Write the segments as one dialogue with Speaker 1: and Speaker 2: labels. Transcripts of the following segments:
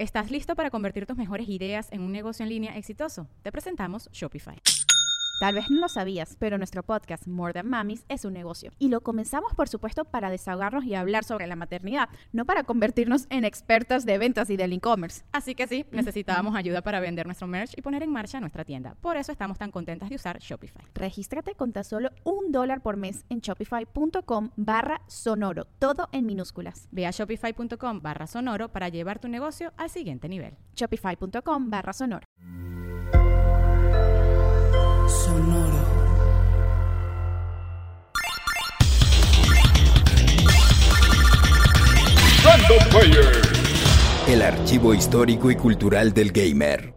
Speaker 1: ¿Estás listo para convertir tus mejores ideas en un negocio en línea exitoso? Te presentamos Shopify.
Speaker 2: Tal vez no lo sabías, pero nuestro podcast More Than Mamis es un negocio. Y lo comenzamos, por supuesto, para desahogarnos y hablar sobre la maternidad, no para convertirnos en expertas de ventas y del e-commerce.
Speaker 1: Así que sí, necesitábamos ayuda para vender nuestro merch y poner en marcha nuestra tienda. Por eso estamos tan contentas de usar Shopify.
Speaker 2: Regístrate con tan solo $1 por mes en shopify.com/sonoro, todo en minúsculas.
Speaker 1: Ve a shopify.com/sonoro para llevar tu negocio al siguiente nivel.
Speaker 2: Shopify.com/sonoro.
Speaker 3: Sonoro.
Speaker 4: Random Player. El archivo histórico y cultural del gamer.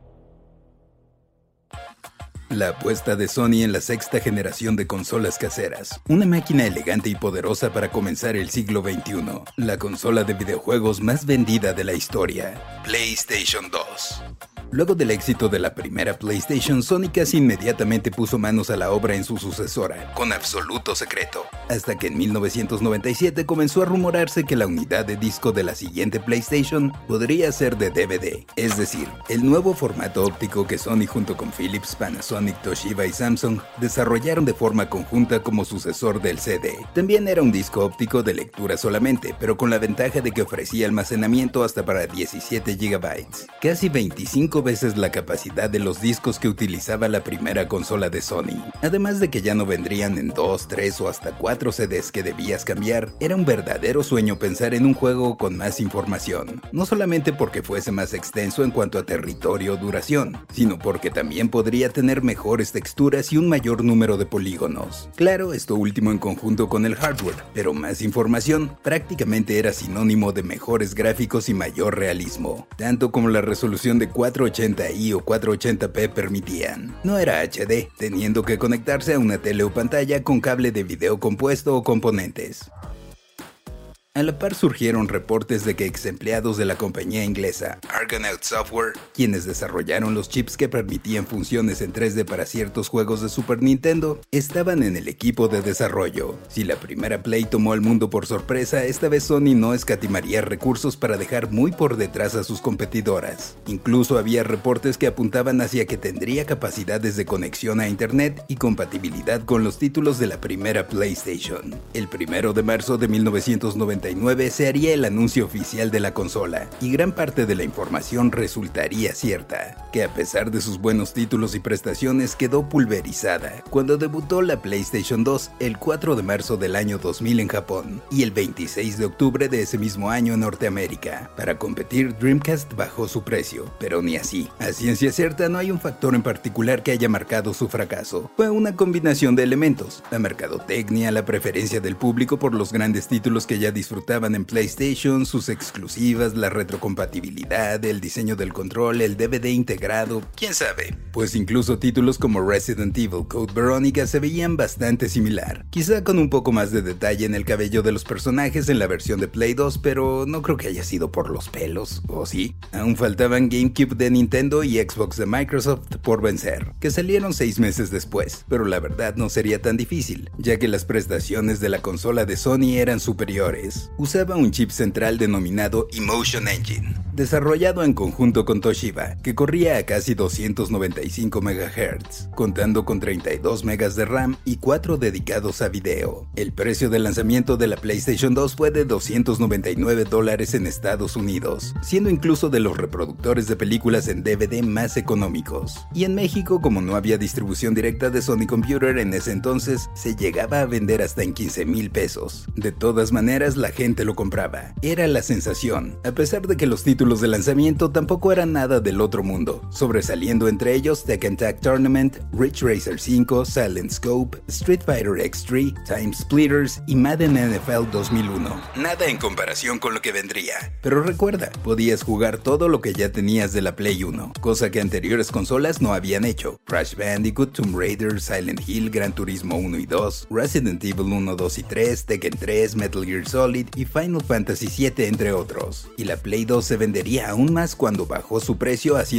Speaker 4: La apuesta de Sony en la sexta generación de consolas caseras. Una máquina elegante y poderosa para comenzar el siglo XXI. La consola de videojuegos más vendida de la historia. PlayStation 2. Luego del éxito de la primera PlayStation, Sony casi inmediatamente puso manos a la obra en su sucesora, con absoluto secreto, hasta que en 1997 comenzó a rumorarse que la unidad de disco de la siguiente PlayStation podría ser de DVD, es decir, el nuevo formato óptico que Sony junto con Philips, Panasonic, Toshiba y Samsung desarrollaron de forma conjunta como sucesor del CD. También era un disco óptico de lectura solamente, pero con la ventaja de que ofrecía almacenamiento hasta para 17 GB, casi 25 veces la capacidad de los discos que utilizaba la primera consola de Sony. Además de que ya no vendrían en 2, 3 o hasta 4 CDs que debías cambiar, era un verdadero sueño pensar en un juego con más información. No solamente porque fuese más extenso en cuanto a territorio o duración, sino porque también podría tener mejores texturas y un mayor número de polígonos. Claro, esto último en conjunto con el hardware, pero más información prácticamente era sinónimo de mejores gráficos y mayor realismo, tanto como la resolución de 480i o 480p permitían. No era HD, teniendo que conectarse a una tele o pantalla con cable de video compuesto o componentes. A la par surgieron reportes de que ex empleados de la compañía inglesa Argonaut Software, quienes desarrollaron los chips que permitían funciones en 3D para ciertos juegos de Super Nintendo, estaban en el equipo de desarrollo. Si la primera Play tomó al mundo por sorpresa, esta vez Sony no escatimaría recursos para dejar muy por detrás a sus competidoras. Incluso había reportes que apuntaban hacia que tendría capacidades de conexión a internet y compatibilidad con los títulos de la primera PlayStation. El 1 de marzo de 1999 se haría el anuncio oficial de la consola, y gran parte de la información resultaría cierta, que a pesar de sus buenos títulos y prestaciones quedó pulverizada cuando debutó la PlayStation 2 el 4 de marzo del año 2000 en Japón, y el 26 de octubre de ese mismo año en Norteamérica. Para competir, Dreamcast bajó su precio, pero ni así. A ciencia cierta no hay un factor en particular que haya marcado su fracaso. Fue una combinación de elementos: la mercadotecnia, la preferencia del público por los grandes títulos que ya disfrutaban en PlayStation, sus exclusivas, la retrocompatibilidad, el diseño del control, el DVD integrado, quién sabe. Pues incluso títulos como Resident Evil Code Veronica se veían bastante similar, quizá con un poco más de detalle en el cabello de los personajes en la versión de Play 2, pero no creo que haya sido por los pelos, ¿o sí? Aún faltaban GameCube de Nintendo y Xbox de Microsoft por vencer, que salieron 6 meses después, pero la verdad no sería tan difícil, ya que las prestaciones de la consola de Sony eran superiores. Usaba un chip central denominado Emotion Engine, desarrollado en conjunto con Toshiba, que corría a casi 295 MHz, contando con 32 MB de RAM y 4 dedicados a video. El precio de lanzamiento de la PlayStation 2 fue de $299 en Estados Unidos, siendo incluso de los reproductores de películas en DVD más económicos. Y en México, como no había distribución directa de Sony Computer en ese entonces, se llegaba a vender hasta en 15,000 pesos. De todas maneras, la gente lo compraba. Era la sensación, a pesar de que los títulos de lanzamiento tampoco eran nada del otro mundo, sobresaliendo entre ellos Tekken Tag Tournament, Ridge Racer 5, Silent Scope, Street Fighter X3, Time Splitters y Madden NFL 2001. Nada en comparación con lo que vendría. Pero recuerda, podías jugar todo lo que ya tenías de la Play 1, cosa que anteriores consolas no habían hecho. Crash Bandicoot, Tomb Raider, Silent Hill, Gran Turismo 1 y 2, Resident Evil 1, 2 y 3, Tekken 3, Metal Gear Solid y Final Fantasy VII, entre otros. Y la Play 2 se vendía vendería aún más cuando bajó su precio a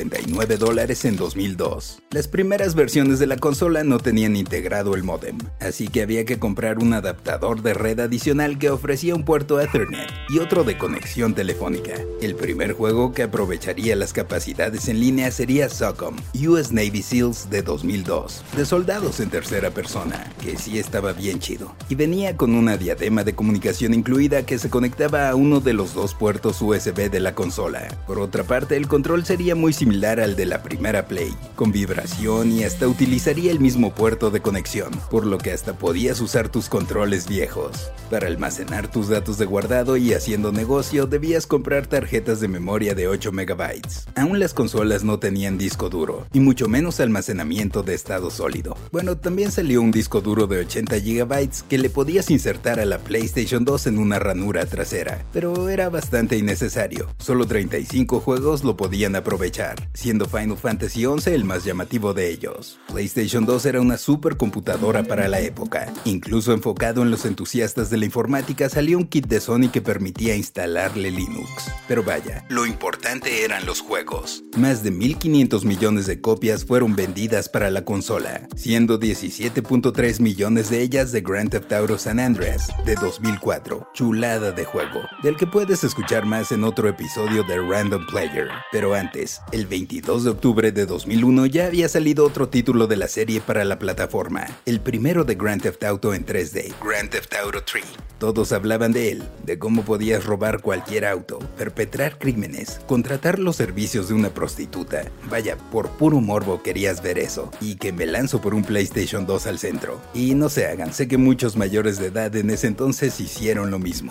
Speaker 4: $199 en 2002. Las primeras versiones de la consola no tenían integrado el módem, así que había que comprar un adaptador de red adicional que ofrecía un puerto Ethernet y otro de conexión telefónica. El primer juego que aprovecharía las capacidades en línea sería SOCOM, US Navy SEALs de 2002, de soldados en tercera persona, que sí estaba bien chido. Y venía con una diadema de comunicación incluida que se conectaba a uno de los dos puertos USB de la consola. Por otra parte, el control sería muy similar al de la primera Play, con vibración y hasta utilizaría el mismo puerto de conexión, por lo que hasta podías usar tus controles viejos. Para almacenar tus datos de guardado y haciendo negocio, debías comprar tarjetas de memoria de 8 MB. Aún las consolas no tenían disco duro, y mucho menos almacenamiento de estado sólido. Bueno, también salió un disco duro de 80 GB que le podías insertar a la PlayStation 2 en una ranura trasera, pero era bastante innecesario. Solo 35 juegos lo podían aprovechar, siendo Final Fantasy XI el más llamativo de ellos. PlayStation 2 era una supercomputadora para la época. Incluso enfocado en los entusiastas de la informática, salió un kit de Sony que permitía instalarle Linux. Pero vaya, lo importante eran los juegos. Más de 1.500 millones de copias fueron vendidas para la consola, siendo 17.3 millones de ellas de Grand Theft Auto San Andreas, de 2004. Chulada de juego, del que puedes escuchar más en otro episodio de Random Player. Pero antes, el 22 de octubre de 2001 ya había salido otro título de la serie para la plataforma, el primero de Grand Theft Auto en 3D, Grand Theft Auto 3. Todos hablaban de él, de cómo podías robar cualquier auto, perpetrar crímenes, contratar los servicios de una prostituta. Vaya, por puro morbo querías ver eso, y que me lanzo por un PlayStation 2 al centro. Y no se hagan, sé que muchos mayores de edad en ese entonces hicieron lo mismo.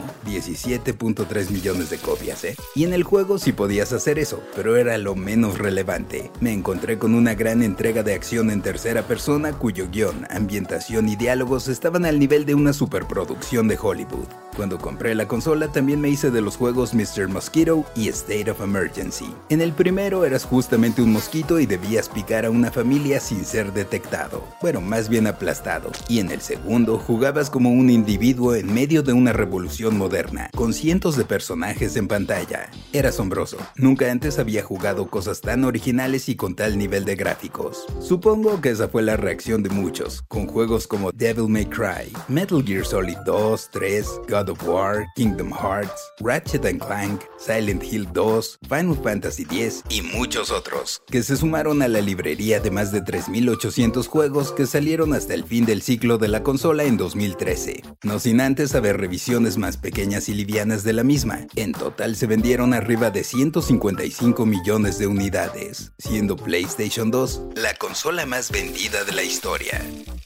Speaker 4: 17.3 millones de copias, Y en el juego sí podías hacer eso, pero era lo menos relevante. Me encontré con una gran entrega de acción en tercera persona cuyo guión, ambientación y diálogos estaban al nivel de una superproducción de Hollywood. Cuando compré la consola también me hice de los juegos Mr. Mosquito y State of Emergency. En el primero eras justamente un mosquito y debías picar a una familia sin ser detectado. Bueno, más bien aplastado. Y en el segundo jugabas como un individuo en medio de una revolución moderna, con cientos de personajes en pantalla. Era asombroso. Nunca antes había jugado cosas tan originales y con tal nivel de gráficos. Supongo que esa fue la reacción de muchos, con juegos como Devil May Cry, Metal Gear Solid 2, 3, God of War, Kingdom Hearts, Ratchet & Clank, Silent Hill 2, Final Fantasy X y muchos otros, que se sumaron a la librería de más de 3.800 juegos que salieron hasta el fin del ciclo de la consola en 2013, no sin antes haber revisiones más pequeñas y livianas de la misma. En total se vendieron arriba de 155 millones de unidades, siendo PlayStation 2 la consola más vendida de la historia.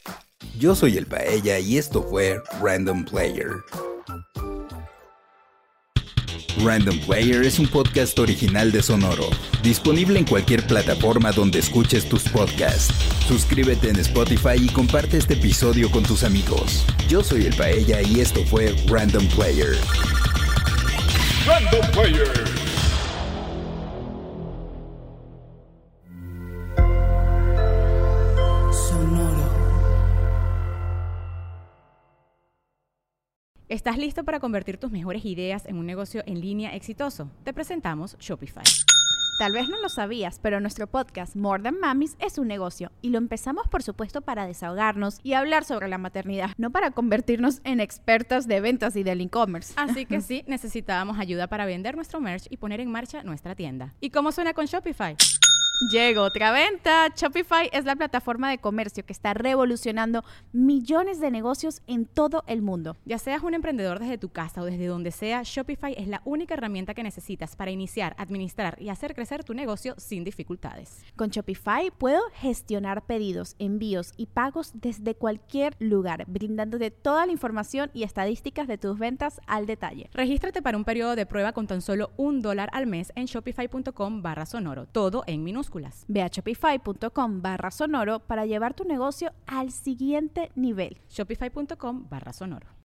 Speaker 4: Yo soy el Paella y esto fue Random Player. Random Player es un podcast original de Sonoro, disponible en cualquier plataforma donde escuches tus podcasts. Suscríbete en Spotify y comparte este episodio con tus amigos. Yo soy el Paella y esto fue Random Player.
Speaker 5: Random Player.
Speaker 1: ¿Estás listo para convertir tus mejores ideas en un negocio en línea exitoso? Te presentamos Shopify.
Speaker 2: Tal vez no lo sabías, pero nuestro podcast More Than Mamis es un negocio y lo empezamos por supuesto para desahogarnos y hablar sobre la maternidad, no para convertirnos en expertas de ventas y del e-commerce.
Speaker 1: Así que sí, necesitábamos ayuda para vender nuestro merch y poner en marcha nuestra tienda. ¿Y cómo suena con Shopify?
Speaker 2: Llegó otra venta. Shopify es la plataforma de comercio que está revolucionando millones de negocios en todo el mundo.
Speaker 1: Ya seas un emprendedor desde tu casa o desde donde sea, Shopify es la única herramienta que necesitas para iniciar, administrar y hacer crecer tu negocio sin dificultades.
Speaker 2: Con Shopify puedo gestionar pedidos, envíos y pagos desde cualquier lugar, brindándote toda la información y estadísticas de tus ventas al detalle.
Speaker 1: Regístrate para un periodo de prueba con tan solo $1 al mes en shopify.com/sonoro, todo en minúsculas.
Speaker 2: Ve a shopify.com/sonoro para llevar tu negocio al siguiente nivel.
Speaker 1: Shopify.com/sonoro.